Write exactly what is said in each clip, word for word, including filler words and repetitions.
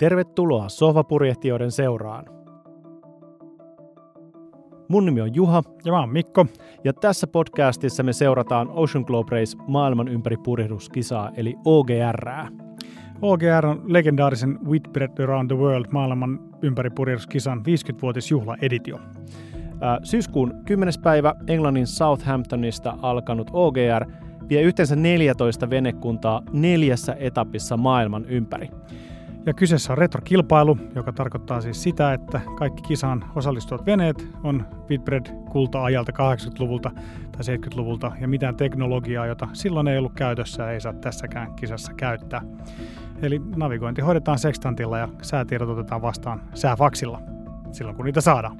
Tervetuloa sohvapurjehtijoiden seuraan. Mun nimi on Juha. Ja mä oon Mikko. Ja tässä podcastissa me seurataan Ocean Globe Race maailman ympäri purjehduskisaa, eli O G R:ää. O G R on legendaarisen Whitbread Around the World maailman ympäri purjehduskisan viisikymmenvuotisjuhlaeditio. Syyskuun kymmenes päivä Englannin Southamptonista alkanut O G R vie yhteensä neljätoista venekuntaa neljässä etapissa maailman ympäri. Ja kyseessä on retrokilpailu, joka tarkoittaa siis sitä, että kaikki kisaan osallistuvat veneet on Whitbread-kulta-ajalta kahdeksankymmentäluvulta tai seitsemänkymmentäluvulta, ja mitään teknologiaa, jota silloin ei ollut käytössä, ei saa tässäkään kisassa käyttää. Eli navigointi hoidetaan sekstantilla ja säätiedot otetaan vastaan sääfaksilla silloin, kun niitä saadaan.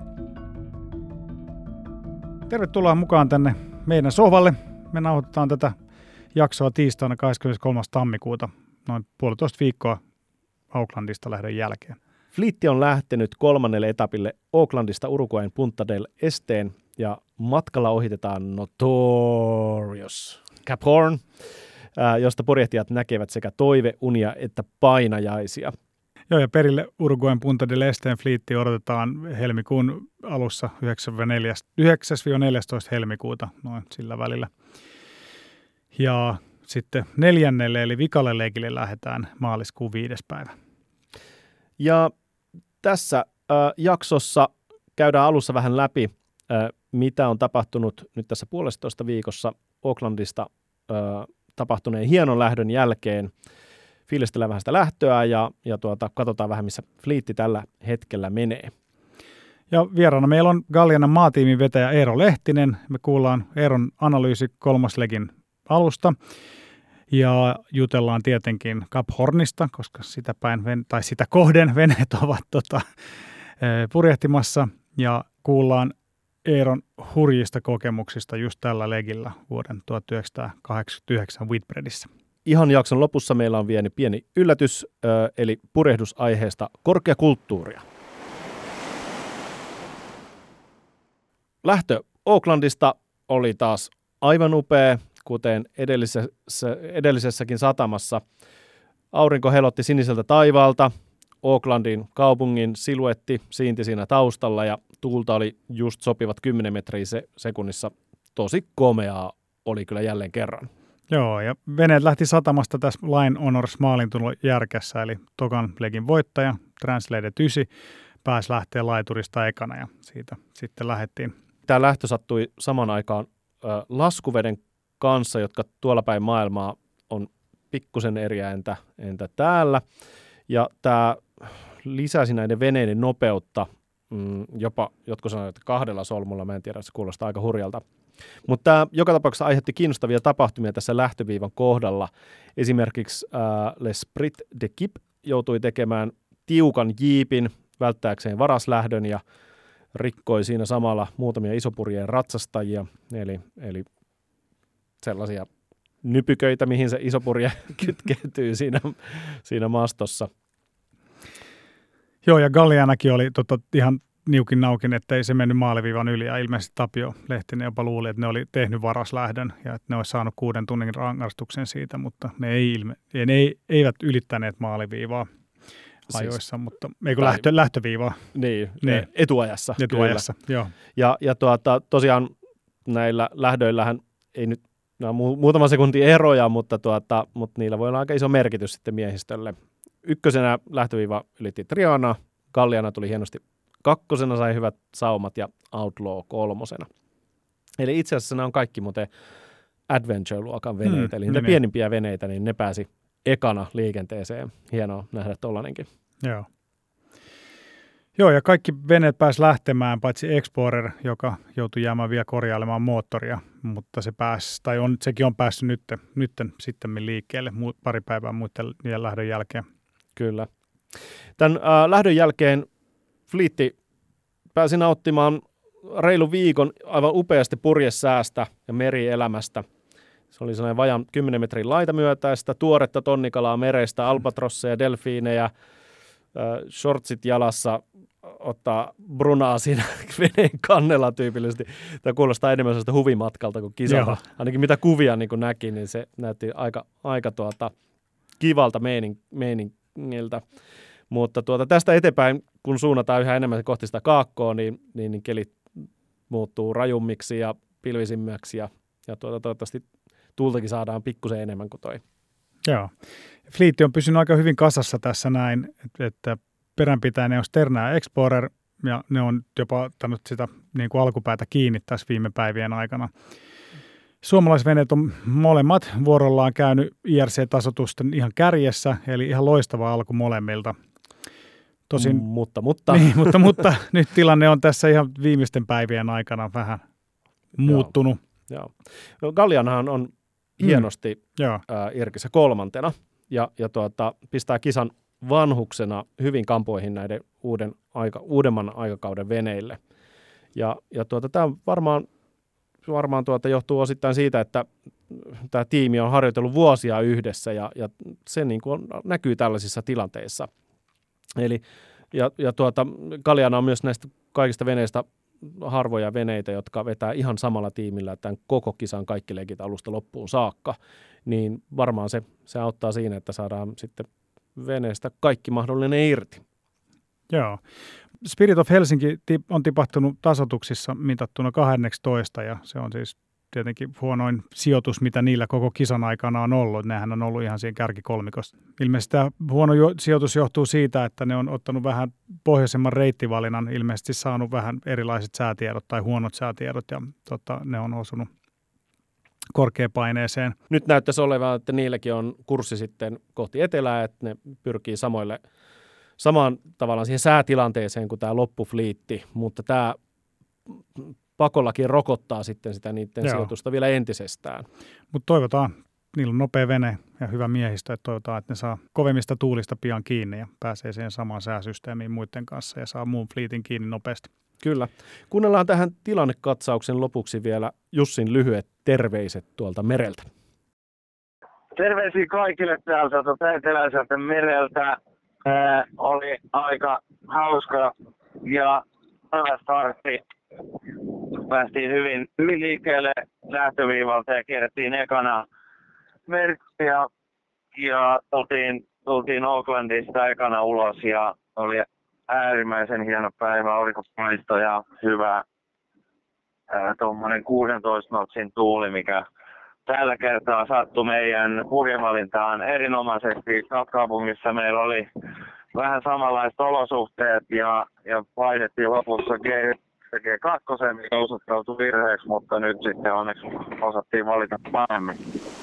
Tervetuloa mukaan tänne meidän sohvalle. Me nauhoitetaan tätä jaksoa tiistaina kahdeskymmeneskolmas tammikuuta, noin puolitoista viikkoa Aucklandista lähdön jälkeen. Fleetti on lähtenyt kolmannelle etapille Aucklandista Uruguayn Punta del Esteen ja matkalla ohitetaan Notorious Cap Horn, josta purjehtijat näkevät sekä toiveunia että painajaisia. Joo, ja perille Uruguayn Punta del Esteen fliitti odotetaan helmikuun alussa yhdeksäs neljästoista helmikuuta, noin sillä välillä. Ja sitten neljännelle eli vikalle leikille lähdetään maaliskuun viides päivä. Ja tässä äh, jaksossa käydään alussa vähän läpi, äh, mitä on tapahtunut nyt tässä puolestoista viikossa Aucklandista äh, tapahtuneen hienon lähdön jälkeen. Fiilistellään vähän sitä lähtöä ja, ja tuota, katsotaan vähän, missä fliitti tällä hetkellä menee. Ja vieraana meillä on Gallianan maatiimin vetäjä Eero Lehtinen. Me kuullaan Eeron analyysi kolmaslegin alusta. Ja jutellaan tietenkin Cap Hornista, koska sitä, päin, tai sitä kohden veneet ovat tota, purjehtimassa. Ja kuullaan Eeron hurjista kokemuksista just tällä legillä vuoden tuhatyhdeksänsataakahdeksankymmentäyhdeksän Whitbreadissä. Ihan jakson lopussa meillä on vielä pieni yllätys, eli purjehdusaiheesta korkeakulttuuria. Lähtö Aucklandista oli taas aivan upea, kuten edellisessä, edellisessäkin satamassa. Aurinko helotti siniseltä taivaalta, Aucklandin kaupungin siluetti siinti siinä taustalla ja tuulta oli just sopivat kymmenen metriä se, sekunnissa. Tosi komeaa oli kyllä jälleen kerran. Joo, ja veneet lähti satamasta tässä Line Honors maalintulon järkässä, eli tokan legin voittaja, Translated yhdeksän, pääsi lähteä laiturista ekana ja siitä sitten lähdettiin. Tämä lähtö sattui saman aikaan äh, laskuveden kanssa, jotka tuolla päin maailmaa on pikkusen eri entä, entä täällä. Ja tämä lisäsi näiden veneiden nopeutta mm, jopa, jotkut sanoivat, että kahdella solmulla, mä en tiedä, se kuulostaa aika hurjalta. Mutta tämä joka tapauksessa aiheutti kiinnostavia tapahtumia tässä lähtöviivan kohdalla. Esimerkiksi äh, L'Esprit d'Équipe joutui tekemään tiukan jiipin välttääkseen varaslähdön ja rikkoi siinä samalla muutamia isopurjeen ratsastajia, eli, eli sellaisia nypyköitä, mihin se isopurje kytkeytyy siinä, siinä mastossa. Joo, ja Gallianakin oli tota, ihan niukin naukin, että ei se mennyt maaliviivan yli, ja ilmeisesti Tapio Lehtinen jopa luuli, että ne oli tehnyt varaslähdön, ja että ne olisi saanut kuuden tunnin rangaistuksen siitä, mutta ne, ei ilme, ne ei, eivät ylittäneet maaliviivaa ajoissa, siis, mutta eikö lähtö, lähtöviivaa? Niin, niin, etuajassa. Etuajassa, joo. Ja, ja tuota, tosiaan näillä lähdöillähän ei nyt no, muutama sekunti eroja, mutta, tuota, mutta niillä voi olla aika iso merkitys sitten miehistölle. Ykkösenä lähtöviiva ylitti Triana, Galliana tuli hienosti kakkosena, sai hyvät saumat ja Outlaw kolmosena. Eli itse asiassa nämä on kaikki muuten Adventure-luokan veneitä, hmm, eli niitä niin pienimpiä veneitä, niin ne pääsi ekana liikenteeseen. Hienoa nähdä tollanenkin. Joo. Joo, ja kaikki veneet pääsi lähtemään, paitsi Explorer, joka joutui jäämään vielä korjailemaan moottoria, mutta se pääsi, tai on, sekin on päässyt nyt, nytten sitten liikkeelle pari päivää muiden lähdön jälkeen. Kyllä. Tämän äh, lähdön jälkeen fliitti pääsi nauttimaan reilun viikon aivan upeasti purjesäästä ja merielämästä. Se oli sellainen vajan kymmenen metrin laitamyötäistä, tuoretta tonnikalaa merestä, albatrosseja, delfiinejä, äh, shortsit jalassa, ottaa brunaa siinä veneen kannella tyypillisesti. Tämä kuulostaa enemmän sellaista huvimatkalta kuin kisalta. Ainakin mitä kuvia niin kuin näki, niin se näytti aika, aika tuota, kivalta meinin, meiningiltä. Mutta tuota, tästä eteenpäin, kun suunnataan yhä enemmän kohti sitä kaakkoa, niin, niin, niin kelit muuttuu rajummiksi ja pilvisimmäksi ja, ja tuota, toivottavasti tuultakin saadaan pikkusen enemmän kuin toi. Joo. Fleetti on pysynyt aika hyvin kasassa tässä näin, että peränpitäinen on Sterna ja Explorer, ja ne on jopa ottanut sitä niin kuin alkupäätä kiinni tässä viime päivien aikana. Suomalaisveneet on molemmat vuorollaan käynyt I R C-tasoitusten ihan kärjessä, eli ihan loistava alku molemmilta. Tosin, mm, mutta, mutta. Niin, mutta, mutta nyt tilanne on tässä ihan viimeisten päivien aikana vähän muuttunut. Joo, joo. No, Gallianahan on hienosti mm, äh, Irkissä kolmantena ja, ja tuota, pistää kisan vanhuksena hyvin kampoihin näiden uuden aika, uudemman aikakauden veneille. Ja, ja tuota, tämä varmaan, varmaan tuota johtuu osittain siitä, että tämä tiimi on harjoitellut vuosia yhdessä ja, ja se niin kuin on, näkyy tällaisissa tilanteissa. Eli, ja, ja tuota, Galliana on myös näistä kaikista veneistä harvoja veneitä, jotka vetää ihan samalla tiimillä tämän koko kisan kaikki legit alusta loppuun saakka, niin varmaan se, se auttaa siinä, että saadaan sitten veneestä kaikki mahdollinen irti. Joo. Spirit of Helsinki on tipahtunut tasoituksissa mitattuna kahdennentoista ja se on siis tietenkin huonoin sijoitus, mitä niillä koko kisan aikana on ollut. Nehän on ollut ihan siinä kärkikolmikossa. Ilmeisesti tämä huono jo- sijoitus johtuu siitä, että ne on ottanut vähän pohjoisemman reittivalinnan, ilmeisesti saanut vähän erilaiset säätiedot tai huonot säätiedot ja tota, ne on osunut korkeapaineeseen. Nyt näyttäisi olevan, että niilläkin on kurssi sitten kohti etelää, että ne pyrkii samoille, samaan tavallaan siihen säätilanteeseen kuin tämä loppufliitti, mutta tämä pakollakin rokottaa sitten sitä niiden Joo. sijoitusta vielä entisestään. Mutta toivotaan, niillä on nopea vene ja hyvä miehistö, että toivotaan, että ne saa kovemmista tuulista pian kiinni ja pääsee siihen samaan sääsysteemiin muiden kanssa ja saa muun fliitin kiinni nopeasti. Kyllä. Kuunnellaan tähän tilannekatsauksen lopuksi vielä Jussin lyhyet terveiset tuolta mereltä. Terveisiä kaikille täältä tuota eteläiseltä mereltä. Ää, oli aika hauska ja hyvä startti. Päästiin hyvin, hyvin liikkeelle lähtöviivalta ja kierrettiin ekana merkkiä ja tultiin, tultiin Aucklandista ekana ulos ja oli äärimmäisen hieno päivä, aurinkopaisto ja hyvä tuommoinen kuusitoista knotsin tuuli, mikä tällä kertaa sattui meidän purjevalintaan erinomaisesti. Kaupungissa meillä oli vähän samanlaiset olosuhteet ja, ja vaihdettiin lopussa G, G kaksi, mikä osoittautui virheeksi, mutta nyt sitten onneksi osattiin valita paremmin.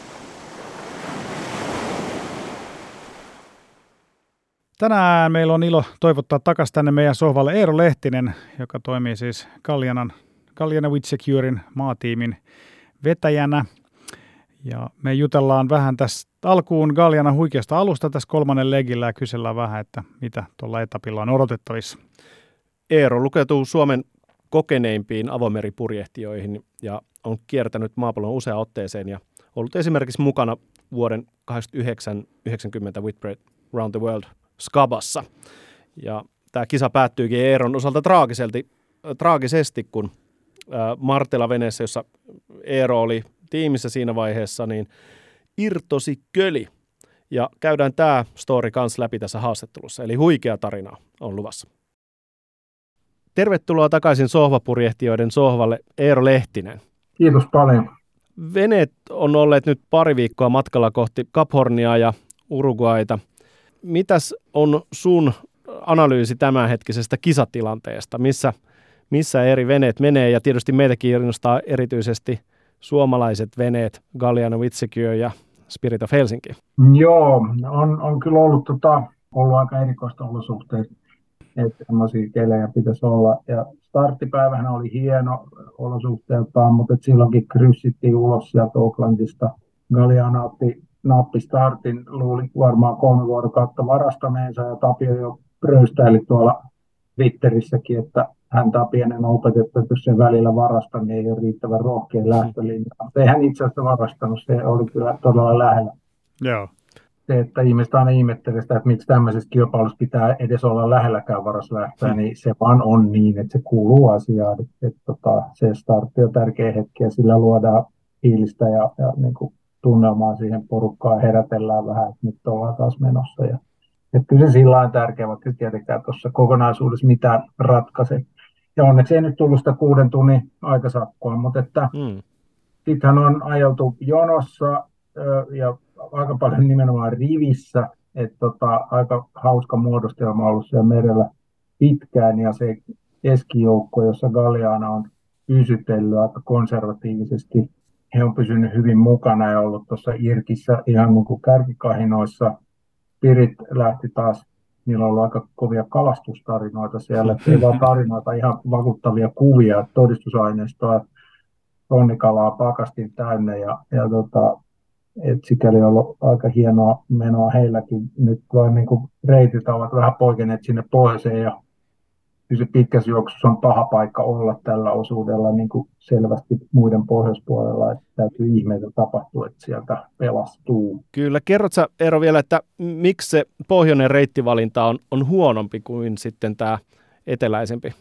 Tänään meillä on ilo toivottaa takaisin tänne meidän sohvalle Eero Lehtinen, joka toimii siis Gallianan, Galliana WithSecuren maatiimin vetäjänä. Ja me jutellaan vähän tässä alkuun Gallianan huikeasta alusta tässä kolmannen legillä ja kysellään vähän, että mitä tuolla etapilla on odotettavissa. Eero lukeutuu Suomen kokeneimpiin avomeripurjehtijoihin ja on kiertänyt maapallon useaan otteeseen ja ollut esimerkiksi mukana vuoden kahdeksankymmentäyhdeksän yhdeksänkymmentä Whitbread Round the World Skabassa. Ja tämä kisa päättyykin Eeron osalta traagisesti, kun Martela-veneessä, jossa Eero oli tiimissä siinä vaiheessa, niin irtosi köli. Ja käydään tämä story kanssa läpi tässä haastattelussa, eli huikea tarina on luvassa. Tervetuloa takaisin sohvapurjehtijoiden sohvalle, Eero Lehtinen. Kiitos paljon. Veneet on olleet nyt pari viikkoa matkalla kohti Cap Hornia ja Uruguayta. Mitäs on sun analyysi tämänhetkisestä kisatilanteesta? Missä, missä eri veneet menee? Ja tietysti meitä kiinnostaa erityisesti suomalaiset veneet, Galliana WithSecure ja Spirit of Helsinki. Joo, on, on kyllä ollut, tota, ollut aika erikoista olosuhteet, että sellaisia kelejä pitäisi olla. Ja starttipäivähän oli hieno olosuhteeltaan, mutta silloinkin kryssittiin ulos sieltä Aucklandista. Galliana otti nappi startin, luuli varmaan kolme vuorokautta varastaneensa ja Tapio jo pröystäili tuolla Twitterissäkin, että häntä on pienen opetettu, että jos sen välillä varastaa, niin ei ole riittävän rohkea lähtölinja. Ei hän itse asiassa varastanut, se oli kyllä todella lähellä. Joo. Se, että ihmiset aina ihmettelee sitä, että miksi tämmöisessä kilpailussa pitää edes olla lähelläkään varas lähtöä, hmm. niin se vaan on niin, että se kuuluu asiaan. Että, että, että se startti on tärkeä hetki ja sillä luodaan fiilistä ja, ja niin kuin tunnelmaa siihen porukkaan, herätellään vähän, että nyt ollaan taas menossa. Ja Että kyllä se sillä on tärkeä, vaikka tietenkään tuossa kokonaisuudessa mitään ratkaise. Ja onneksi ei nyt tullut sitä kuuden tunnin aikasakkoa, mutta että Mm. sittenhän on ajeltu jonossa ö, ja aika paljon nimenomaan rivissä, että tota, aika hauska muodostelma on ollut siellä merellä pitkään, ja se keskijoukko, jossa Galliana on pysytellyt aika konservatiivisesti, he on pysynyt hyvin mukana ja ollut tuossa Irkissä ihan niin kuin kärkikahinoissa. Spirit lähti taas, niillä on ollut aika kovia kalastustarinoita siellä, että ei vaan tarinoita, ihan vakuuttavia kuvia, todistusaineistoa, tonnikalaa pakastin täynnä, ja, ja tota, et sikäli on ollut aika hienoa menoa heilläkin. Nyt vain niin kuin reitit ovat vähän poikeneet sinne pohjoiseen, ja kyllä se pitkässä juoksussa on paha paikka olla tällä osuudella niin kuin selvästi muiden pohjoispuolella, että täytyy ihmeitä tapahtua, että sieltä pelastuu. Kyllä. Kerrotko sä, Eero, vielä, että miksi se pohjoinen reittivalinta on, on huonompi kuin sitten tämä eteläisempi?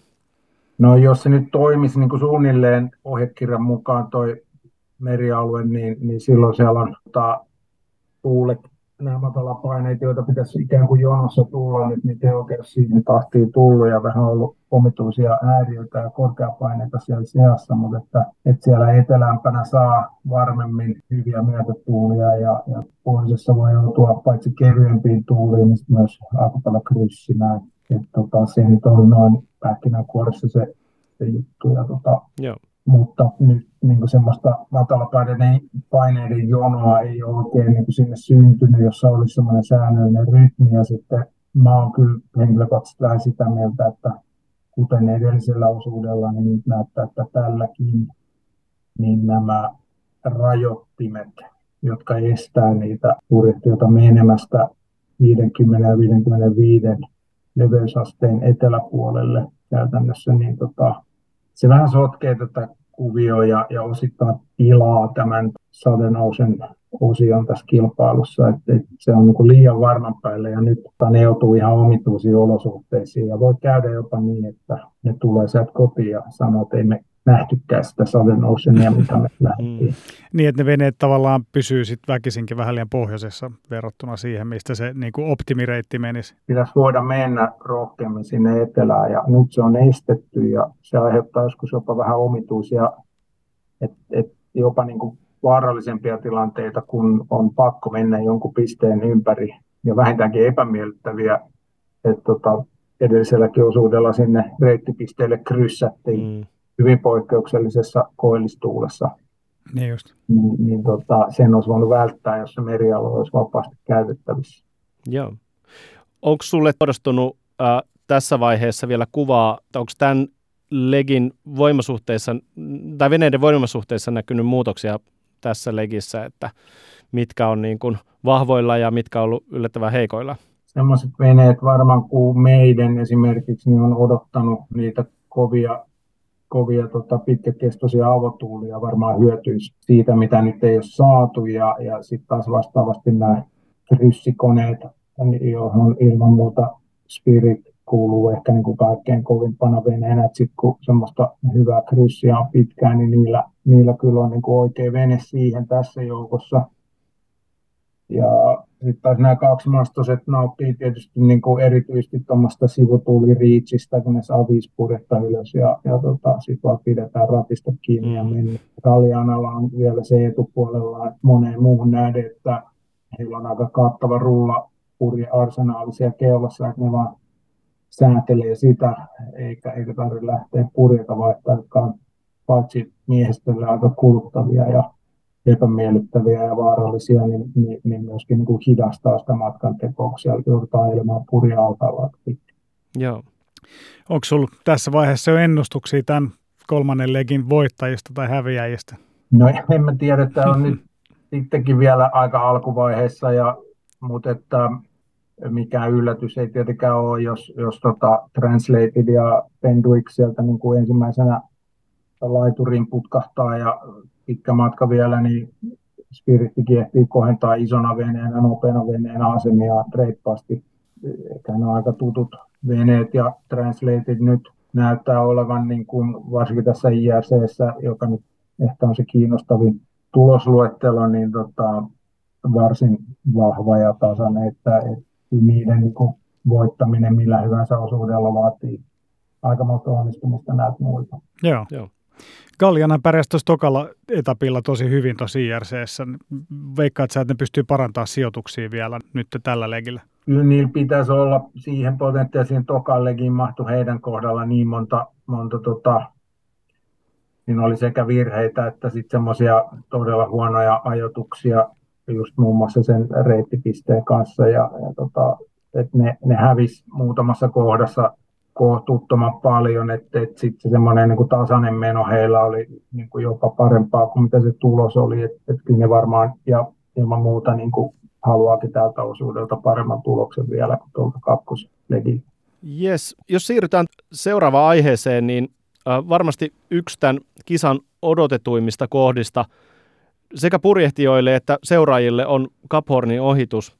No jos se nyt toimisi niin kuin suunnilleen ohjekirjan mukaan toi merialue, niin, niin silloin siellä on ta, tuulet, nämä matalapaineet, joita pitäisi ikään kuin jonossa tulla, nyt niitä ei oikein siihen tahtiin tullut, ja vähän ollut omituisia ääriöitä ja korkeapaineita siellä seassa, mutta että, että siellä etelämpänä saa varmemmin hyviä myötätuulia, ja, ja pohjoisessa voi joutua paitsi kevyempiin tuuliin, niin myös aika paljon kryssimään. Että tota, se nyt on noin pähkinänkuoressa se, se juttu. Ja tota, Joo. mutta nyt niin semmoista matalapaineiden paineiden jonoa ei ole oikein niin sinne syntynyt, jossa olisi semmoinen säännöllinen rytmi. Ja sitten mä oon kyllä henkilökohtaisesti vähän sitä mieltä, että kuten edellisellä osuudella, niin nyt näyttää, että tälläkin niin nämä rajoittimet, jotka estää niitä purjehtijoita menemästä viisikymmentä ja viisikymmentäviisi leveysasteen eteläpuolelle käytännössä, niin tota, se vähän sotkee tätä kuvioa ja, ja osittain pilaa tämän Southern Ocean osion tässä kilpailussa, että se on niin kuin liian varman päälle, ja nyt ne joutuu ihan omituisiin olosuhteisiin, ja voi käydä jopa niin, että ne tulee sieltä kotiin ja sanoo, että ei me nähtykään sitä Southern Oceania, mitä me lähdettiin. Niin, että ne veneet tavallaan pysyy sitten väkisinkin vähän liian pohjoisessa verrattuna siihen, mistä se niin kuin optimireitti menisi. Pitäisi voida mennä rohkeammin sinne etelään, ja nyt se on estetty, ja se aiheuttaa joskus jopa vähän omituisia, että et jopa niin kuin vaarallisempia tilanteita, kun on pakko mennä jonkun pisteen ympäri, ja vähintäänkin epämiellyttäviä, että tota, edelliselläkin osuudella sinne reittipisteelle kryssättiin. Mm. hyvin poikkeuksellisessa koillistuulessa, niin, just. niin, niin tota, sen olisi voinut välttää, jos se merialue olisi vapaasti käytettävissä. Joo. Onko sulle muodostunut äh, tässä vaiheessa vielä kuvaa, onko tämän legin voimasuhteissa, tai veneiden voimasuhteissa näkynyt muutoksia tässä legissä, että mitkä on niin kuin vahvoilla ja mitkä on ollut yllättävän heikoilla? Sellaiset veneet varmaan kuin meidän esimerkiksi, niin on odottanut niitä kovia kovia tota, pitkäkestoisia avotuulia, varmaan hyötyisi siitä, mitä nyt ei ole saatu, ja, ja sitten taas vastaavasti nämä kryssikoneet, johon ilman muuta Spirit kuuluu ehkä niin kuin kaikkein kovimpana veneenä, että sitten kun semmoista hyvää kryssiä on pitkään, niin niillä, niillä kyllä on niin kuin oikea vene siihen tässä joukossa. Ja sitten taas nämä kaksimastoiset nauttii tietysti niin kuin erityisesti tuommoista sivutuuliriitsistä, kun ne saa viisi purjetta ylös, ja, ja tota, sitten vaan pidetään ratista kiinni mm. ja mennään. Gallianalla on vielä se etupuolella moneen muuhun nähden, että heillä on aika kattava rulla purjearsenaali siellä keulassa, että ne vaan säätelee sitä, eikä, eikä tarvitse lähteä purjeta vaihtaa, jotka on paitsi miehistölle aika kuluttavia ja epämiellyttäviä ja vaarallisia, niin, niin, niin myöskin niin kuin hidastaa sitä matkan tekoa, kun siellä joudutaan ilman purja-altaalla. Joo. Onko sinulla tässä vaiheessa jo ennustuksia tämän kolmannen legin voittajista tai häviäjistä? No en mä tiedä, että on nyt sittenkin vielä aika alkuvaiheessa, ja, mutta että mikään yllätys ei tietenkään ole, jos, jos tota Translated ja Pendwick sieltä niin kuin ensimmäisenä laituriin putkahtaa ja pitkä matka vielä, niin Spirittikin ehtii kohentaa isona veneenä, nopeana veneenä asemia reippaasti. Ehkä ne on aika tutut veneet, ja Translated nyt näyttää olevan, niin kuin, varsinkin tässä I R C:ssä, joka nyt ehkä on se kiinnostavin tulosluettelo, niin tota, varsin vahva ja tasainen, että et niiden niin kuin voittaminen millä hyvänsä osuudella vaatii aikamoista onnistumista näiltä muilta. Joo. Joo. Galliana pärjäsi tuossa tokalla etapilla tosi hyvin tuossa I R C:ssä. Veikkaat sä, että ne pystyy parantamaan sijoituksia vielä nyt tällä legillä? Kyllä niillä pitäisi olla siihen potentiaan, siihen tokan legiin mahtui heidän kohdalla niin monta, monta tota, niin oli sekä virheitä että sitten semmoisia todella huonoja ajoituksia just muun muassa sen reittipisteen kanssa ja, ja tota, että ne, ne hävisi muutamassa kohdassa kohtuuttoman paljon, että et sitten semmoinen niin tasainen meno heillä oli niin kuin jopa parempaa kuin mitä se tulos oli, että et kyllä ne varmaan ja ilman muuta niin kuin haluaakin tältä osuudelta paremman tuloksen vielä kuin tuolta kakkoslegiltä. Yes. Jos siirrytään seuraavaan aiheeseen, niin varmasti yksi tämän kisan odotetuimmista kohdista sekä purjehtijoille että seuraajille on Cap Hornin ohitus.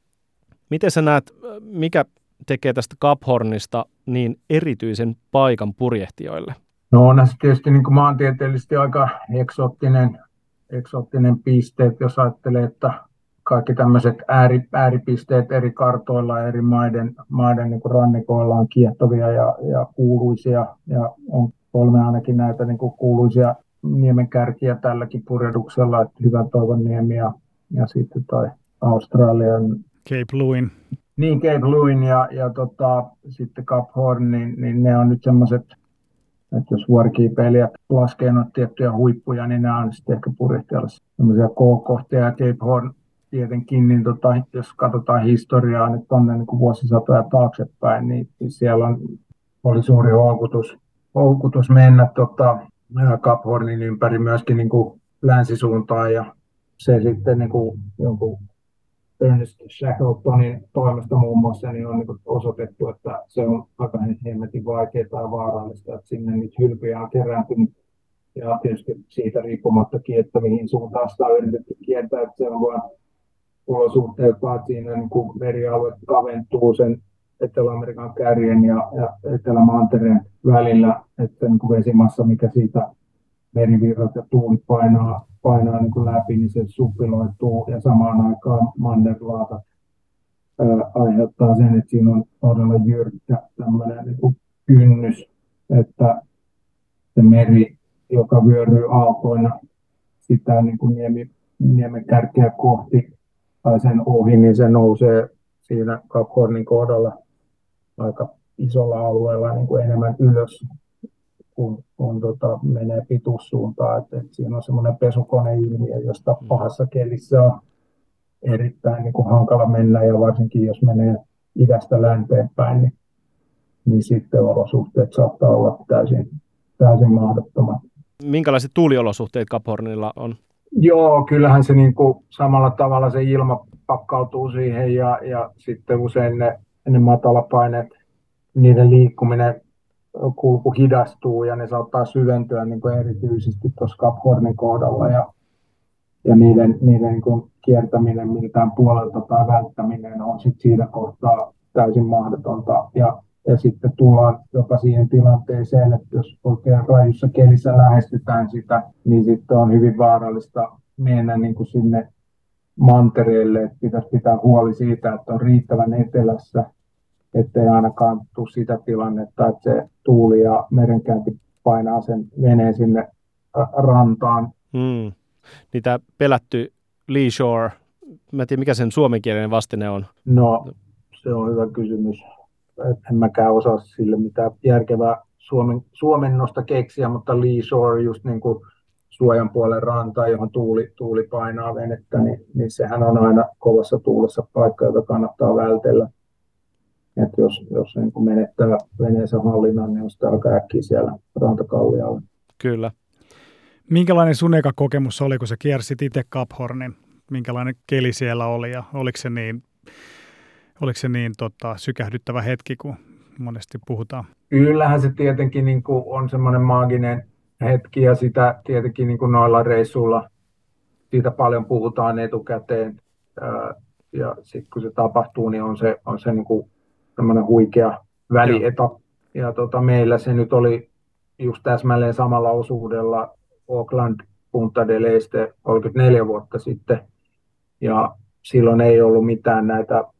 Miten sä näet, mikä tekee tästä Cap Hornista niin erityisen paikan purjehtijoille? No onhan se tietysti niin kuin maantieteellisesti aika eksoottinen, eksoottinen piste, että jos ajattelee, että kaikki tämmöiset ääri, ääripisteet eri kartoilla eri maiden, maiden niin kuin rannikoilla on kiehtovia ja, ja kuuluisia ja on kolme ainakin näitä niin kuin kuuluisia niemenkärkiä tälläkin purjehduksella, että Hyvän toivon niemi ja, ja sitten toi Australian Cape Lewin. Niin, Cape Lewin ja, ja tota, sitten Cap Horn, niin, niin ne on nyt semmoiset, että jos vuorikiipeilijät laskee noita tiettyjä huippuja, niin nämä on sitten ehkä purjehtijoilla semmoisia K-kohtia ja Cape Horn tietenkin, niin tota, jos katsotaan historiaa nyt tuonne niin vuosisatoja taaksepäin, niin, niin siellä on, oli suuri houkutus, houkutus mennä tota, Cap Hornin ympäri myöskin niin kuin länsisuuntaan ja se sitten niin kuin, jonkun Ernest Shackletonin toimesta muun muassa niin on niin kuin osoitettu, että se on aika hemmetin vaikeaa ja vaarallista, että sinne niitä hylkyjä on kerääntynyt ja tietysti siitä riippumattakin, että mihin suuntaan sitä on yritetty kiertää, että se on vain olosuhteet, vaan siinä niin kuin merialue kaventuu sen Etelä-Amerikan kärjen ja, ja Etelä-Mantereen välillä, että niin kuin vesimassa, mikä siitä merivirrat ja tuuli painaa, painaa niin kuin läpi, niin se suppiloituu ja samaan aikaan mannerlaatat ää, aiheuttaa sen, että siinä on todella jyrkkä tämmöinen niin kuin kynnys, että se meri, joka vyöryy aaltoina sitä niin kuin niemi, niemen kärkeä kohti tai sen ohi, niin se nousee siinä Cap Hornin kohdalla aika isolla alueella niin kuin enemmän ylös, kun, kun tota, menee pituussuuntaan. Et, et siinä on semmoinen pesukoneilmiö, josta pahassa kelissä on erittäin niin kuin hankala mennä, ja varsinkin jos menee idästä länteen päin, niin, niin sitten olosuhteet saattaa olla täysin, täysin mahdottomat. Minkälaiset tuuliolosuhteet Cap Hornilla on? Joo, kyllähän se niin kuin samalla tavalla se ilma pakkautuu siihen, ja, ja sitten usein ne, ne matalapaineet, niiden liikkuminen kulku hidastuu ja ne saattaa syventyä niin kuin erityisesti tuossa Cap Hornin kohdalla ja, ja niiden, niiden niin kuin kiertäminen miltään puolelta tai välttäminen on sit siinä kohtaa täysin mahdotonta ja, ja sitten tullaan jopa siihen tilanteeseen, että jos oikein rajussa kelissä lähestytään sitä, niin sitten on hyvin vaarallista mennä niin kuin sinne mantereelle, että pitäisi pitää huoli siitä, että on riittävän etelässä, ettei ainakaan tule sitä tilannetta, että se tuuli ja merenkäynti painaa sen veneen sinne rantaan. Hmm. Niin tämä pelätty Lee Shore, mä en tiedä mikä sen suomenkielinen vastine on. No, se on hyvä kysymys. En mäkään osaa sille mitään järkevää suomen, suomennosta keksiä, mutta Lee Shore just niin kuin suojan puolen ranta, johon tuuli, tuuli painaa venettä, niin, niin sehän on aina kovassa tuulessa paikka, jota kannattaa vältellä. Että jos, jos niin kuin menettää veneensä hallinnan, niin on sitä aika äkkiä siellä rantakallialla. Kyllä. Minkälainen sun eka kokemus oli, kun sä kiersit itse Cap Hornin? Minkälainen keli siellä oli ja oliko se niin, oliko se niin tota, sykähdyttävä hetki, kun monesti puhutaan? Kyllähän se tietenkin niin kuin on semmoinen maaginen hetki ja sitä tietenkin niin kuin noilla reissuilla siitä paljon puhutaan etukäteen. Ja sitten kun se tapahtuu, niin on se, on se niin kuin tämmöinen huikea välietappi. Ja tota, meillä se nyt oli just täsmälleen samalla osuudella Auckland Punta del Este kolmekymmentäneljä vuotta sitten. Ja silloin ei ollut mitään näitä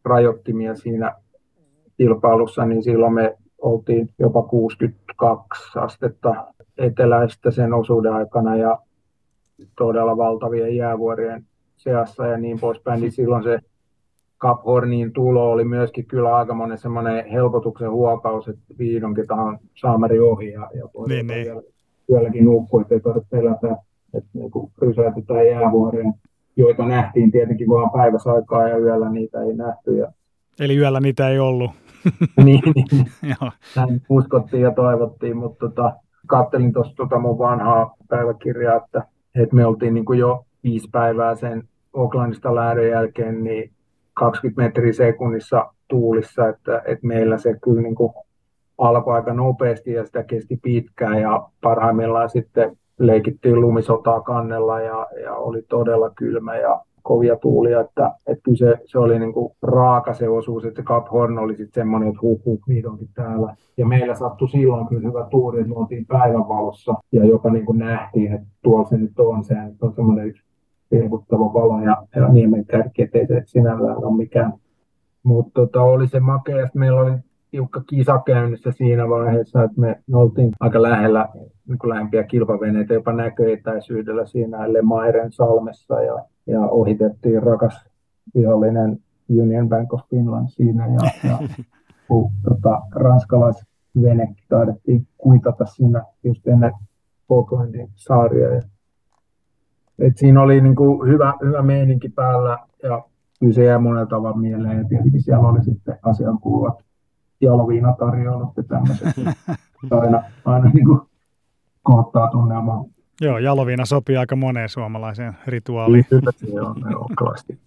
rajoittimia siinä kilpailussa, niin silloin me oltiin jopa kuusikymmentäkaksi astetta eteläistä sen osuuden aikana ja todella valtavien jäävuorien seassa ja niin poispäin, niin silloin se Cap Horniin tulo oli myöskin kyllä aika monen semmoinen helpotuksen huokaus, että vihdoinkin tämä on saamari ohi ja, ja niin, niin. yölläkin nukkuu, ettei tarvitse pelätä, että niinku rysäytetään jäävuoreen, joita nähtiin tietenkin vaan päiväsaikaa ja yöllä niitä ei nähty. Ja... Eli yöllä niitä ei ollut. niin, niin. Näin uskottiin ja toivottiin, mutta tota, kattelin tuossa tota mun vanhaa päiväkirjaa, että, että me oltiin niinku jo viisi päivää sen Aucklandista lähdön jälkeen niin kaksikymmentä metriä sekunnissa tuulissa, että, että meillä se kyllä niinku alkoi aika nopeasti ja sitä kesti pitkään ja parhaimmillaan sitten leikittiin lumisotaa kannella ja, ja oli todella kylmä ja kovia tuulia, että, että kyllä se, se oli niin kuin raaka se osuus, että se Cap Horn oli sitten semmoinen, että huh huh, vihdoinkin täällä. Ja meillä sattui silloin kyllä hyvä tuuri, että me oltiin päivänvalossa ja joka niin kuin nähtiin, että tuolla se nyt on, se on semmoinen yksi pilkuttava valo ja, ja niemen kärki, ettei se sinällään ole mikään. Mutta tota, oli se makea, että meillä oli tiukka kisa käynnissä siinä vaiheessa, että me oltiin aika lähellä niin kuin lähempiä kilpaveneitä jopa näköetäisyydellä siinä Le Mairen salmessa ja, ja ohitettiin rakas vihollinen Union Bank of Finland siinä ja, ja uh, tota, ranskalaisvene taidettiin kuitata siinä just ennen Aucklandin saaria. Ja, et siinä oli niin kuin hyvä, hyvä meininki päällä ja kyllä se jää monella tavalla mieleen ja tietenkin siellä oli sitten asian kuuluvat jaloviinatarjoilut ja tämmöiset. aina aina niin kuin kohtaa tunnelmaa. Joo, jaloviina sopii aika moneen suomalaiseen rituaaliin. Kyllä se on, ne on klassikko.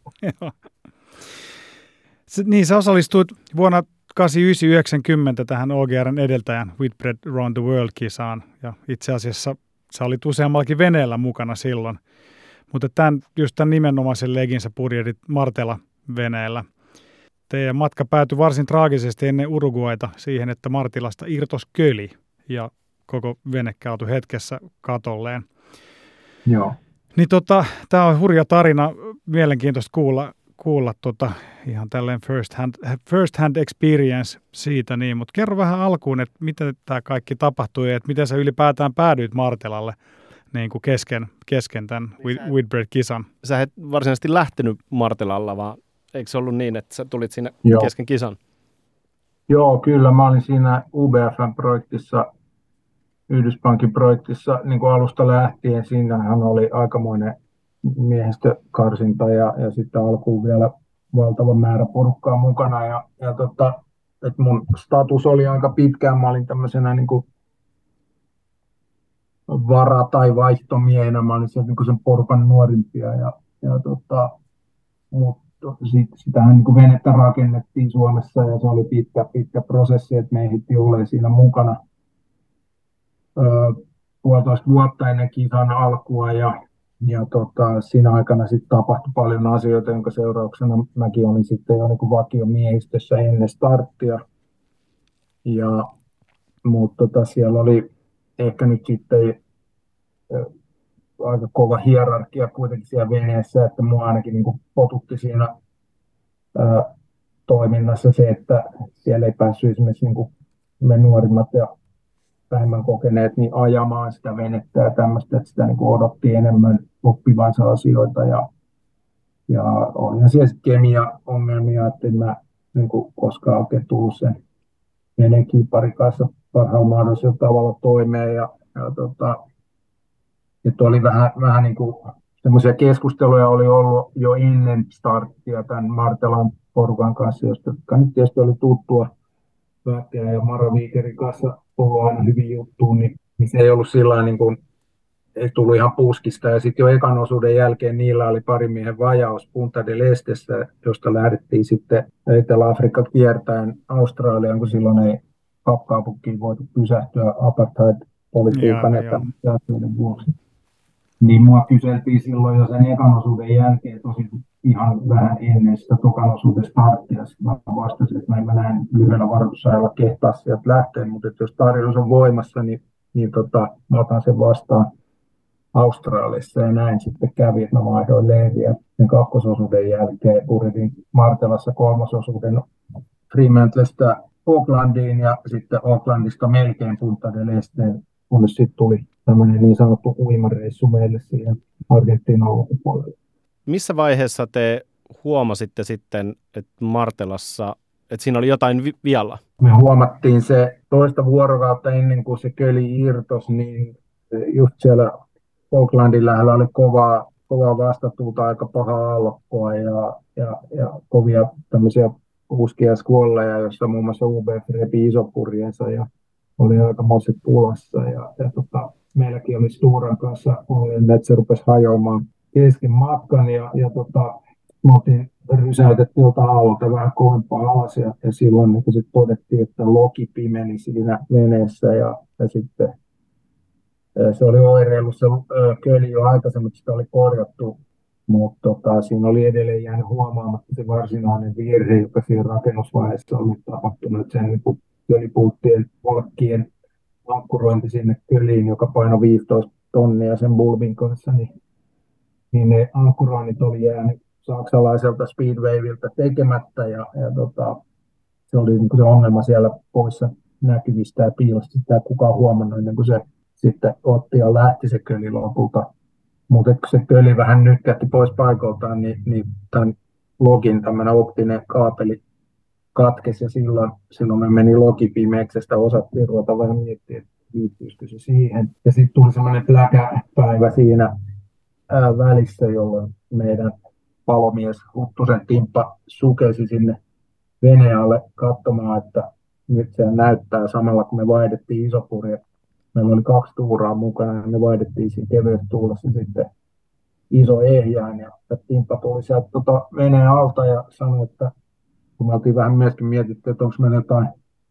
Niin, sä osallistuit vuonna kahdeksankymmentäyhdeksän yhdeksänkymmentä tähän O G R:n edeltäjän Whitbread Around the World-kisaan. Ja itse asiassa sä olit useammallakin veneellä mukana silloin. Mutta tämän, just tämän nimenomaisen legin sä purjehdit Martela-veneellä. Teidän matka päätyi varsin traagisesti ennen Uruguayta siihen, että Martilasta irtos köli ja koko vene kaatui hetkessä katolleen. Joo. Niin tota, tämä on hurja tarina, mielenkiintoista kuulla, kuulla tota, ihan tälleen first hand, first hand experience siitä, niin, mutta kerro vähän alkuun, että miten tämä kaikki tapahtui ja että miten sä ylipäätään päädyit Martelalle niin kuin kesken, kesken tämän Whitbread-kisan. Sä et varsinaisesti lähtenyt Martelalla, vaan eikö se ollut niin, että sä tulit siinä Joo. kesken kisan? Joo, kyllä. Mä olin siinä U B F-projektissa, Yhdyspankin projektissa niin kuin alusta lähtien. Siinähän oli aikamoinen miehistökarsinta ja, ja sitten alkuun vielä valtava määrä porukkaa mukana. Ja, ja tota, et mun status oli aika pitkään. Mä olin tämmöisenä niin kuin vara- tai vaihtomiehenä. Mä olin sieltä niin kuin sen porukan nuorimpia. Ja, ja tota, mutta Sit, sitähän niin kuin venettä rakennettiin Suomessa ja se oli pitkä, pitkä prosessi, että me ehdittiin olemaan siinä mukana öö, puolitoista vuotta ennen kisan alkua ja, ja tota, siinä aikana sitten tapahtui paljon asioita, jonka seurauksena mäkin olin sitten jo niin kuin vakiomiehistössä ennen starttia. Ja, mutta tota, siellä oli ehkä nyt sitten ö, aika kova hierarkia kuitenkin siellä veneessä, että mua ainakin niin kuin potutti siinä ää, toiminnassa se, että siellä ei päässyt esimerkiksi niin kuin me nuorimmat ja vähemmän kokeneet niin ajamaan sitä venettä ja tämmöistä, että sitä niin kuin odotti enemmän oppivansa asioita ja, ja olihan siellä sitten kemia-ongelmia, että en mä niin kuin koskaan oikein tullut sen veneen kiipparin kanssa parhaalla mahdollisella tavalla toimeen ja, ja tota, että oli vähän, vähän niin kuin semmoisia keskusteluja oli ollut jo ennen starttia tämän Martelan porukan kanssa, josta nyt tietysti oli tuttua Väkeä ja Mara Viikerin kanssa ollut aina hyvin juttuun, niin, niin se ei ollut sillä niin kuin, ei tullut ihan puskista. Ja sitten jo ekan osuuden jälkeen niillä oli pari miehen vajaus Punta del Estessä, josta lähdettiin sitten Etelä-Afrikka kiertäen Australiaan, kun silloin ei kapkaupunkiin voitu pysähtyä apartheid-politiikan ja asioiden vuoksi. Niin mua kyseltiin silloin jo sen ekan osuuden jälkeen, tosi ihan vähän ennen sitä tokan osuuden starttia. Mä vastasin, että mä näen lyhyellä varoitusajalla kehtaa sieltä lähteen, mutta jos tarjous on voimassa, niin, niin tota, mä otan sen vastaan. Australiassa ja näin sitten kävi, että mä vaihdoin leiriä sen kakkososuuden jälkeen. Puritin Martelassa kolmososuuden Fremantlestä Aucklandiin ja sitten Aucklandista melkein Punta del Esteen, kunnes sitten tuli tämmöinen niin sanottu uimareissu meille siihen Argentiinan ulkopuolelle. Missä vaiheessa te huomasitte sitten, että Martelassa, että siinä oli jotain vi- vialla? Me huomattiin se toista vuorokautta ennen kuin se köli irtos, niin just siellä Aucklandin lähellä oli kovaa, kovaa vastatuulta, aika pahaa aallokkoa ja, ja, ja kovia tämmöisiä uskia squalleja, joissa muun muassa U B F repi isopurjeensa ja oli aikamoiset pulassa. Ja, ja tota, meilläkin oli Sturan kanssa, että se rupesi hajoamaan kesken matkan ja, ja tota, me oltiin rysäytettiin jotain aallolta vähän kovempaa alas ja, ja silloin niin sit todettiin, että loki pimeni siinä veneessä ja, ja sitten se oli oireillut se köli jo aikaisemmin, mutta sitä oli korjattu, mutta tota, siinä oli edelleen jäänyt huomaamatta se varsinainen virhe, joka siinä rakennusvaiheessa oli tapahtunut. Sen niin kölipuuttien volkkien ankkurointi sinne köliin, joka painoi viisitoista tonnia sen bulbin kanssa, niin, niin ne ankkuroinnit oli jäänyt saksalaiselta Speedwavilta tekemättä ja, ja tota, se oli niin se ongelma siellä poissa näkyvistä ja piilosta. Sitä ei kukaan huomannut ennen kuin se sitten otti ja lähti se köli lopulta. Mutta kun se köli vähän nytkähti pois paikaltaan, niin, niin tämän login tämmöinen optinen kaapeli katkesi ja silloin, silloin me meni logi pimeäksi ja sitä osattiin ruveta vähän miettiä, että liittyisikö se siihen. Ja sitten tuli semmoinen pläkäpäivä siinä ää, välissä, jolloin meidän palomies Huttusen Timppa sukelsi sinne veneen alle katsomaan, että nyt se näyttää samalla, kun me vaihdettiin isopurje. Meillä oli kaksi tuuraa mukana ja me vaihdettiin siinä kevyessä tuulessa sitten iso ehjään. Ja Timppa tuli sieltä tota veneen alta ja sanoi, että kun me oltiin vähän myöskin mietitty, että onko meillä jotain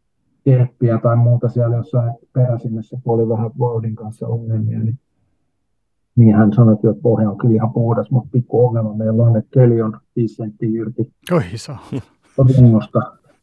kelppiä tai muuta siellä jossain peräsimessä, kun oli vähän vauhdin kanssa ongelmia, niin, niin hän sanoi, että pohja on kyllä ihan puhdas, mutta pikku ongelma meillä on, että keli on viisi senttiä irti. Oi iso. Rungosta,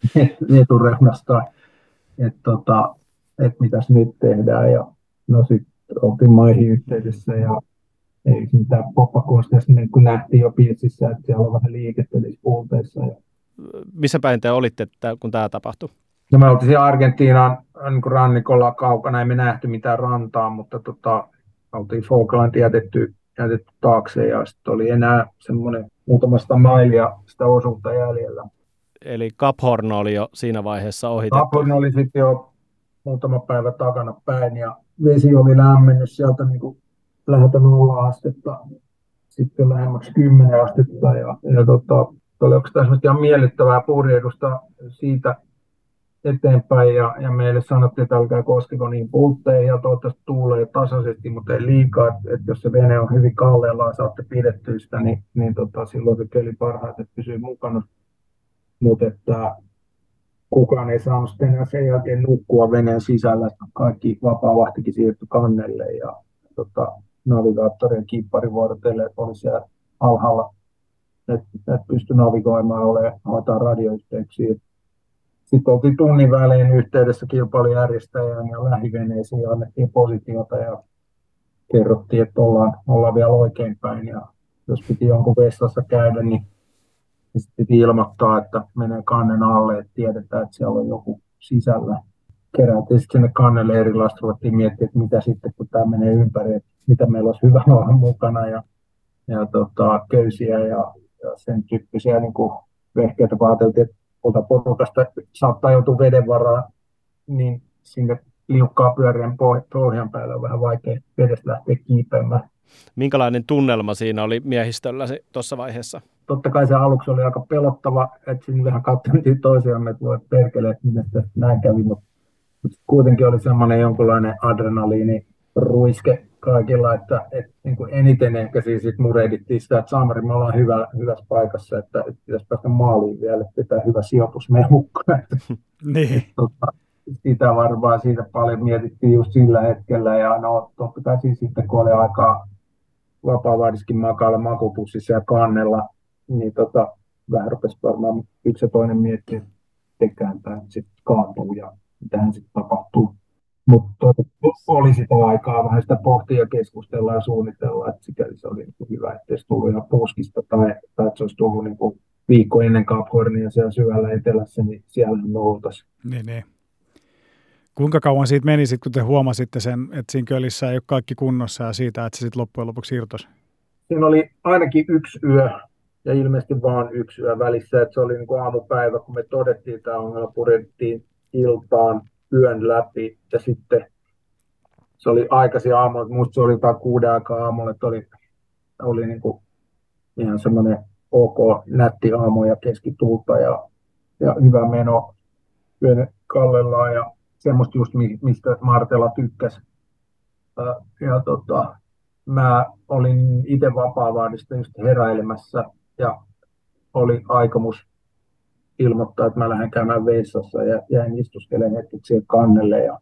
etureunasta, että tota, et mitäs nyt tehdään. Ja no sitten oltiin maihin yhteydessä ja ei mitään poppakonsteista, niin kuin nähtiin jo piitsissä, että siellä on vähän liikettä niissä puulteissa. Ja Missä päin te olitte, kun tämä tapahtui? no me oltiin siellä Argentiinan niin rannikolla kaukana, ei me nähty mitään rantaa, mutta tota, oltiin Falkland jätetty, jätetty taakse ja sitten oli enää semmoinen muutamasta mailia sitä osuutta jäljellä. Eli Cap Horn oli jo siinä vaiheessa ohitettu. Cap Horn oli sitten jo muutama päivä takana päin ja vesi oli lämmennyt sieltä niin kuin läheltä nolla astetta sitten lähemmäksi kymmenen astetta ja, ja tota, oli oikeastaan ihan miellyttävää purjehdusta siitä eteenpäin ja, ja meille sanottiin, että älkää koskeko niin pultteihin ja toivottavasti tuulee tasaisesti, mutta ei liikaa, että, että jos se vene on hyvin kalleellaan, saatte pidettyä sitä, niin, niin tota, silloin se köli parhaiten pysyy mukana. Mutta että kukaan ei saanut sitten enää sen jälkeen nukkua veneen sisällä, kaikki vapaa-vahtikin siirtyi kannelle ja tota, navigaattori ja kipparivuorotelle oli siellä alhaalla, että et pystyi navigoimaan ja olemaan, hoitaa radioyhteyksiä. Sitten oltiin tunnin välein yhteydessä kilpailujärjestäjään ja lähiveneisiin ja annettiin positiota ja kerrottiin, että ollaan, ollaan vielä oikeinpäin ja jos piti jonkun vessassa käydä, niin sitten piti ilmoittaa, että menee kannen alle, että tiedetään, että siellä on joku sisällä. Kerättiin sitten sinne kannelle erilaista, ruvettiin miettiä, että mitä sitten, kun tämä menee ympäri, että mitä meillä olisi hyvä olla mukana ja, ja tota, köysiä ja, ja sen tyyppisiä niin kuin vehkeitä ajateltiin, että tuolta porukasta saattaa joutua veden varaan, niin sinne liukkaa pyörien pohjan päällä on vähän vaikea vedestä lähteä kiipeämään. Minkälainen tunnelma siinä oli miehistöllä tuossa vaiheessa? Totta kai se aluksi oli aika pelottava, että sinne vähän katsottiin toisiamme, että voi perkele, että miten sitä näin kävi, mutta kuitenkin oli semmoinen jonkunlainen adrenaliini ruiske kaikilla, että, että niin kuin eniten ehkä siis sit murehdittiin sitä, että Saamari, me ollaan hyvä, hyvässä paikassa, että, että pitäisi päästä maaliin vielä, että pitää hyvä sijoitus meidän mukaan. Niin. Tota, sitä varmaan siitä paljon mietittiin just sillä hetkellä, ja no totta kai siis sitten kun oli aikaa vapaa-vahdiskin makailla makupussissa ja kannella, niin tota, vähän rupesi varmaan yksi ja toinen miettiä, että tekään tämä sitten kaatuu ja mitähän sitten tapahtuu. Mutta oli sitä aikaa vähän sitä pohtia ja keskustella ja suunnitella, että sikäli se oli niin kuin hyvä, ettei se tullut ihan puskista tai, tai että se olisi tullut niin kuin viikko ennen Cap Hornia siellä syvällä etelässä, niin siellä me oltaisiin. Niin, niin. Kuinka kauan siitä meni sitten, kun te huomasitte sen, että siinä Kölissä ei ole kaikki kunnossa ja siitä, että se sitten loppujen lopuksi irtosi? Siinä oli ainakin yksi yö ja ilmeisesti vaan yksi yö välissä, että se oli niin kuin aamupäivä, kun me todettiin tämä ongelma, purettiin iltaan yön läpi ja sitten se oli aikaisin aamulla, musta se oli jotain kuuden aikaa aamulla, että oli, oli niin kuin ihan semmoinen ok, nätti aamu ja keskituulta ja, ja hyvä meno yön kallellaan ja semmoista just, mistä Martela tykkäsi. Ja tota, mä olin itse vapaa-vaadista just heräilemässä ja oli aikomus ilmoittaa, että mä lähden käymään vessassa ja jäin istuskelemaan hetkeksi siihen kannelle ja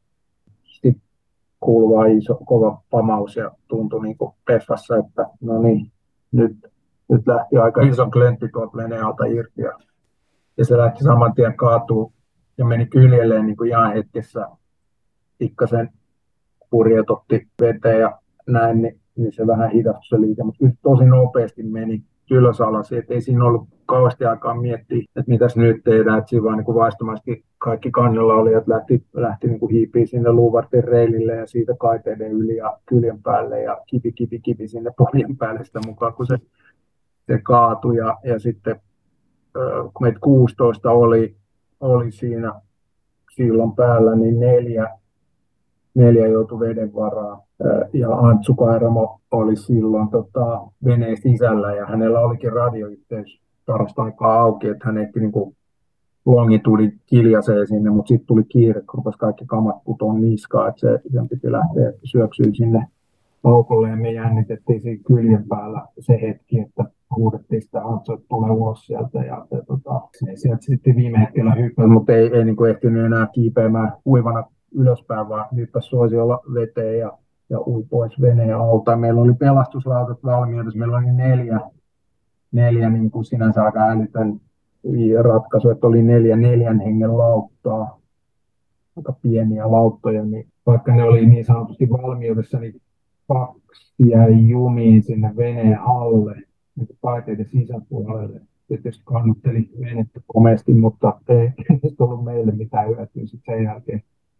sitten kuului vaan iso, kova pamaus ja tuntui niin kuin peffassa, että no niin, nyt, nyt lähti aika iso klöntti tuolta veneen alta irti ja, ja se lähti saman tien kaatuu ja meni kyljelleen niin kuin ihan hetkessä pikkasen purjetotti veteen ja näin, niin, niin se vähän hidastui se liike, mutta kyllä tosi nopeasti meni ylös alas, että ei siinä ollut kauheasti aikaa miettiä, että mitäs nyt tehdään, että siinä vaan niin kuin vaistomasti kaikki kannella oli, että lähti, lähti niin kuin hiipiä sinne luuvartin reilille ja siitä kaiteiden yli ja kyljen päälle ja kipi, kipi, kipi sinne pohjan päälle sitä mukaan, kun se, se kaatui ja, ja sitten kun meitä kuusitoista oli, oli siinä silloin päällä, niin neljä Neljä joutui veden varaan ja Antsu Kairamo oli silloin tota, veneen sisällä ja hänellä olikin radioyhteys parasta aikaa auki, että hän ehti niin kuin longitudin kiljaseen sinne, mutta sitten tuli kiire, kun rupesi kaikki kamat putoon niskaan, että se, sen piti lähteä syöksyä sinne loukolle ja me jännitettiin siinä kyljen päällä se hetki, että huudettiin sitä Antsu, että tulee ulos sieltä ja, ja tota, sieltä sitten viime hetkellä hyppäsi, mutta ei, ei niin kuin ehtinyt enää kiipeämään uivana ylöspäin, vaan hyppäsi suosiolla veteen ja, ja ui pois veneen alta. Meillä oli pelastuslautat valmiudessa, meillä oli neljä, neljä niin kuin sinänsä aika älytön ratkaisu, että oli neljä neljän hengen lauttaa, aika pieniä lauttoja, niin vaikka ne oli niin sanotusti valmiudessa, niin kaksi jäi jumiin sinne veneen alle, niin paiteiden sisäpuolelle. Tietysti kannatteli venettä komeasti, mutta ei, ei ollut meille mitään hyötyä sen jälkeen.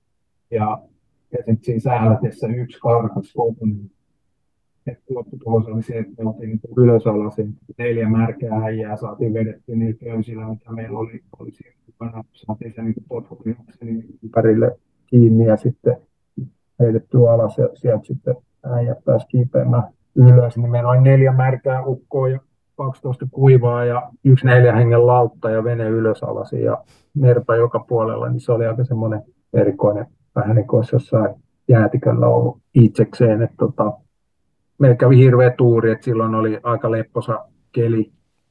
Ja, ja sitten siinä sählätessä yksi karkas kokoinen. Lopputulos oli se, että me oltiin niin ylös alasin. Neljä märkää äijää saatiin vedettyä niillä köysillä, mitä meillä oli, oli siinä mukana. Saatiin se niin potkulihakseni ympärille kiinni ja sitten heitettyä alas ja sieltä sitten äijät pääsi kiipeämään ylös. Niin meillä oli neljä märkää ukkoa ja kaksitoista kuivaa ja yksi neljä hengen lautta ja vene ylös alasin ja merta joka puolella. Niin se oli aika semmoinen erikoinen. Vähän niin kuin olisi jossain jäätiköllä ollut itsekseen. Että tota, meillä kävi hirveä tuuri, että silloin oli aika lepposa keli.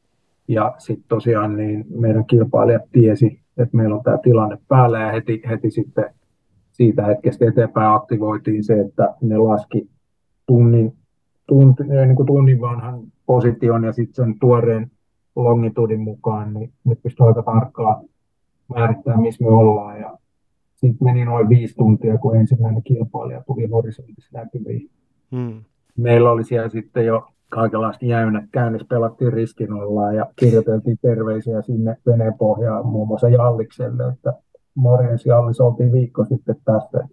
Ja sitten tosiaan niin meidän kilpailijat tiesi, että meillä on tämä tilanne päällä. Ja heti, heti sitten siitä hetkestä eteenpäin aktivoitiin se, että ne laski tunnin, tunti, niin kuin tunnin vanhan position ja sitten sen tuoreen longitudin mukaan. Niin nyt pystyy aika tarkkaan määrittämään, missä me ollaan. Ja sitten meni noin viisi tuntia, kun ensimmäinen kilpailija tuli horisontissa näkyviin. Hmm. Meillä oli siellä sitten jo kaikenlaista jäynät käynnissä, pelattiin riskinollaan ja kirjoiteltiin terveisiä sinne veneen pohjaan muun muassa Jallikselle, että morjens Jallis, oltiin viikko sitten tässä.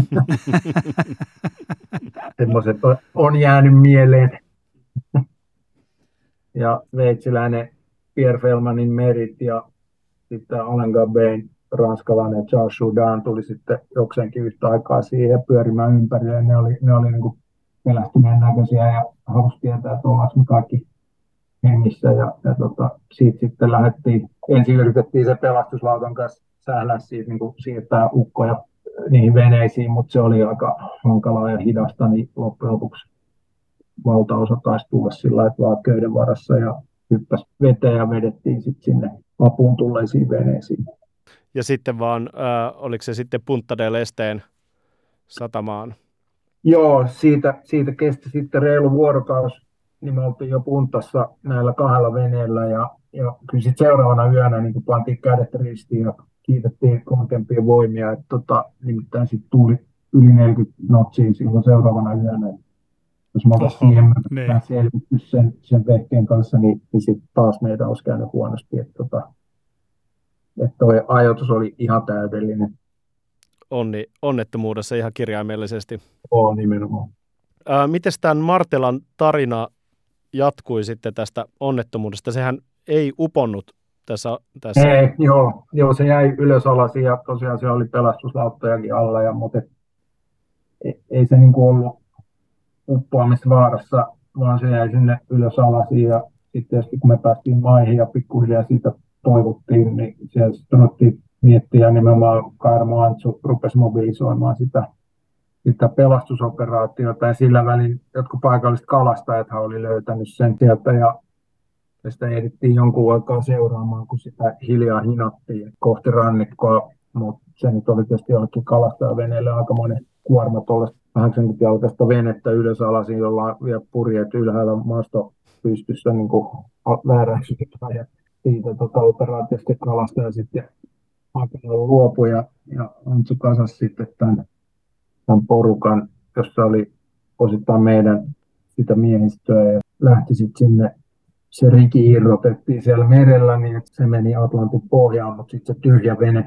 Semmoiset on jäänyt mieleen. Ja sveitsiläinen Pierre Fellmanin merit ja sitten Alain Gabain ranskalainen Charles Jourdain tuli sitten jokseenkin yhtä aikaa siihen pyörimään ympärille. Ne oli, ne oli niin kuin pelästyneen näköisiä ja halusi tietää, että ollaanko me kaikki hengissä. Ja, ja tota, siitä sitten lähdettiin, ensin yritettiin se pelastuslautan kanssa sählää siitä, niin kuin siirtää ukkoja niihin veneisiin, mutta se oli aika hankalaa ja hidasta, niin loppujen lopuksi valtaosa taisi tulla sillä, että vaan köyden varassa ja hyppäsi veteen ja vedettiin sitten sinne apuun tulleisiin veneisiin. Ja sitten vaan, äh, oliko se sitten Punta del Esteen satamaan? Joo, siitä, siitä kesti sitten reilu vuorokausi, niin me oltiin jo Puntassa näillä kahdella veneellä ja, ja kyllä sitten seuraavana yönä niin kun pantiin kädet ristiin ja kiitettiin korkeampia voimia, että tota, nimittäin sitten tuli yli neljäkymmentä notsia silloin seuraavana yönä. Jos me oltaisiin siihen selvitty sen, sen vehkeen kanssa, niin, niin sitten taas meitä olisi käynyt huonosti. Että tota, et toi ajoitus oli ihan täydellinen. Onni, onnettomuudessa ihan kirjaimellisesti. Oo, nimenomaan. Ää, mites tämän Martelan tarina jatkui sitten tästä onnettomuudesta? Sehän ei uponnut tässä. tässä. Ei, joo, joo, se jäi ylös alas ja tosiaan se oli pelastuslauttojakin alla, ja, mutta et, ei, ei se niinku ollut uppoamisvaarassa, vaan se jäi sinne ylös alas. Ja sitten tietysti kun me päästiin maihin ja pikkuhiljaa siitä toivottiin, niin siellä sanottiin miettiä nimenomaan Kaarmo Antsu rupesi mobilisoimaan sitä, sitä pelastusoperaatiota, ja sillä välin jotkut paikalliset kalastajathan oli löytänyt sen sieltä, ja ja sitä ehdittiin jonkun aikaa seuraamaan, kun sitä hiljaa hinattiin kohti rannikkoa, mutta se nyt oli tietysti jollekin kalastajaveneelle aikamoinen kuorma tuollaista kahdeksankymmentä-jalkaista venettä ylös alasin, jolla on vielä purjeet ylhäällä maasto pystyssä niin vääräisyydellä, ja siitä tota, operaatiosta kalastaja sitten aikanaan luopui, ja, ja Antsu kasasi sitten tämän, tämän porukan, jossa oli osittain meidän sitä miehistöä, ja lähti sitten sinne. Se riki irrotettiin siellä merellä, niin että se meni Atlantin pohjaan, mutta sitten se tyhjä vene,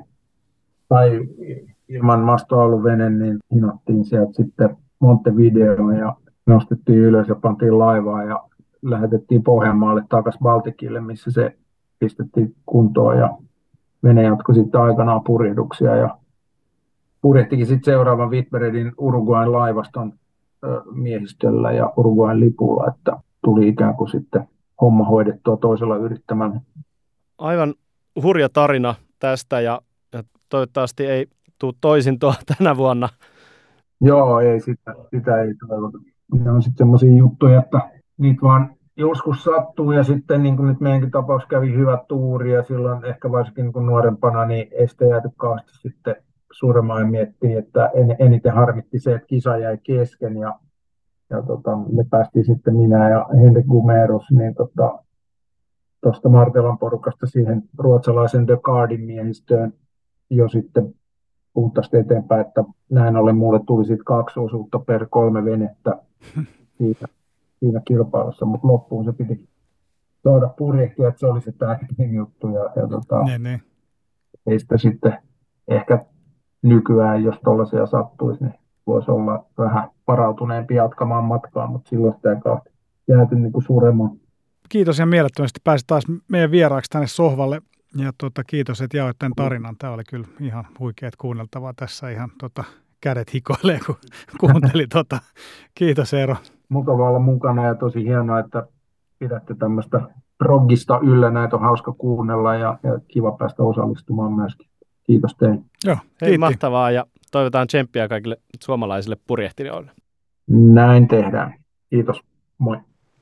tai ilman mastoa ollut vene, niin hinattiin sieltä sitten Montevideoon ja nostettiin ylös ja pantiin laivaan ja lähetettiin Pohjanmaalle takaisin Baltikille, missä se pistettiin kuntoon, ja vene jatkoi sitten aikanaan purjehduksia ja purjehtikin sitten seuraavan Whitbreadin Uruguayn laivaston ö, miehistöllä ja Uruguayn lipulla, että tuli ikään kuin sitten homma hoidettua toisella yrittämällä. Aivan hurja tarina tästä, ja, ja toivottavasti ei tule toisintoa tänä vuonna. Joo, ei sitä, sitä ei toivota. Ne on sitten semmoisia juttuja, että niitä vaan joskus sattuu, ja sitten niin kuin nyt meidänkin tapaus kävi hyvä tuuri, ja silloin ehkä varsinkin niin kuin nuorempana, niin ei sitä jääty kauheasti sitten suuremmin miettiä, että en, eniten harmitti se, että kisa jäi kesken, ja Ja tota, me päästiin sitten minä ja Henrik Gumeros niin tuosta tota, Martelan porukasta siihen ruotsalaisen The Guardin miehistöön jo sitten puhtaasti eteenpäin, että näin ollen mulle tuli sitten kaksi osuutta per kolme venettä siinä, siinä kilpailussa, mutta loppuun se piti saada purjehtia, että se oli se tärkein juttu, ja, ja tota, ne, ne. ei sitä sitten ehkä nykyään, jos tollaisia sattuisi, niin voisi olla vähän varautuneempi jatkamaan matkaa, mutta silloin sitä ei kauheasti jääty niin kuin suremaan. Kiitos ja mielettömästi pääsit taas meidän vieraaksi tänne sohvalle, ja tuota, kiitos, että jaoit tämän tarinan. Tämä oli kyllä ihan huikeat kuunneltavaa tässä, ihan tota, kädet hikoilee, kun kuunteli tota. Kiitos Eero. Mukava olla mukana ja tosi hienoa, että pidätte tämmöistä proggista yllä. Näitä on hauska kuunnella ja, ja kiva päästä osallistumaan myöskin. Kiitos teille. Joo, hei, mahtavaa, ja toivotaan tsemppiä kaikille suomalaisille purjehtelijoille. Näin tehdään. Kiitos. Moi.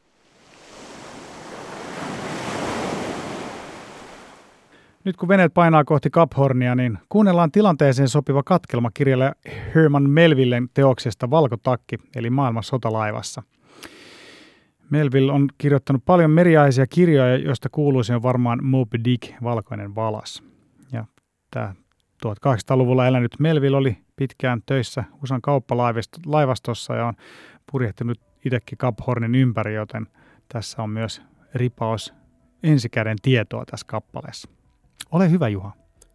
Nyt kun veneet painaa kohti Cap Hornia, niin kuunnellaan tilanteeseen sopiva katkelma kirjailija Herman Melvillen teoksesta Valkotakki, eli Maailman sotalaivassa. Melville on kirjoittanut paljon meriaisia kirjoja, joista kuuluisin on varmaan Moby Dick, Valkoinen valas. Ja tämä tuhatkahdeksansataaluvulla elänyt Melville oli pitkään töissä U S A:n kauppalaivastossa ja on purjehtinut itsekin Cap Hornin ympäri, joten tässä on myös ripaus ensikäden tietoa tässä kappaleessa. Ole hyvä, Juha.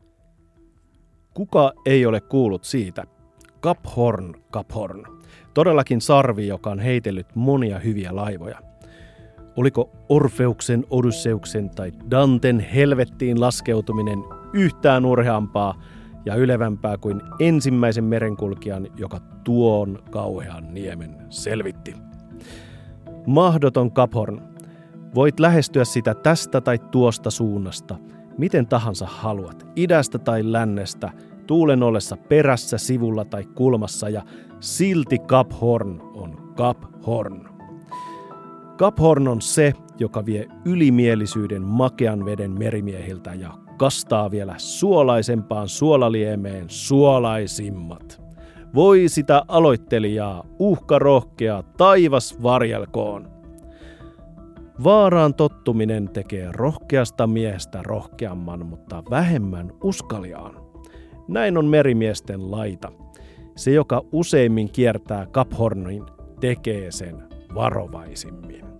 Kuka ei ole kuullut siitä? Cap Horn, Cap Horn. Todellakin sarvi, joka on heitellyt monia hyviä laivoja. Oliko Orfeuksen, Odysseuksen tai Danten helvettiin laskeutuminen yhtään urheampaa ja ylevämpää kuin ensimmäisen merenkulkijan, joka tuon kauhean niemen selvitti? Mahdoton Cap Horn. Voit lähestyä sitä tästä tai tuosta suunnasta, miten tahansa haluat, idästä tai lännestä, tuulen ollessa perässä, sivulla tai kulmassa, ja silti Cap Horn on Cap Horn. Cap Horn on se, joka vie ylimielisyyden makean veden merimiehiltä ja kastaa vielä suolaisempaan suolaliemeen suolaisimmat. Voi sitä aloittelijaa, uhkarohkea, taivas varjelkoon. Vaaraan tottuminen tekee rohkeasta miehestä rohkeamman, mutta vähemmän uskaliaan. Näin on merimiesten laita. Se, joka useimmin kiertää Cap Hornin, tekee sen varovaisimmin.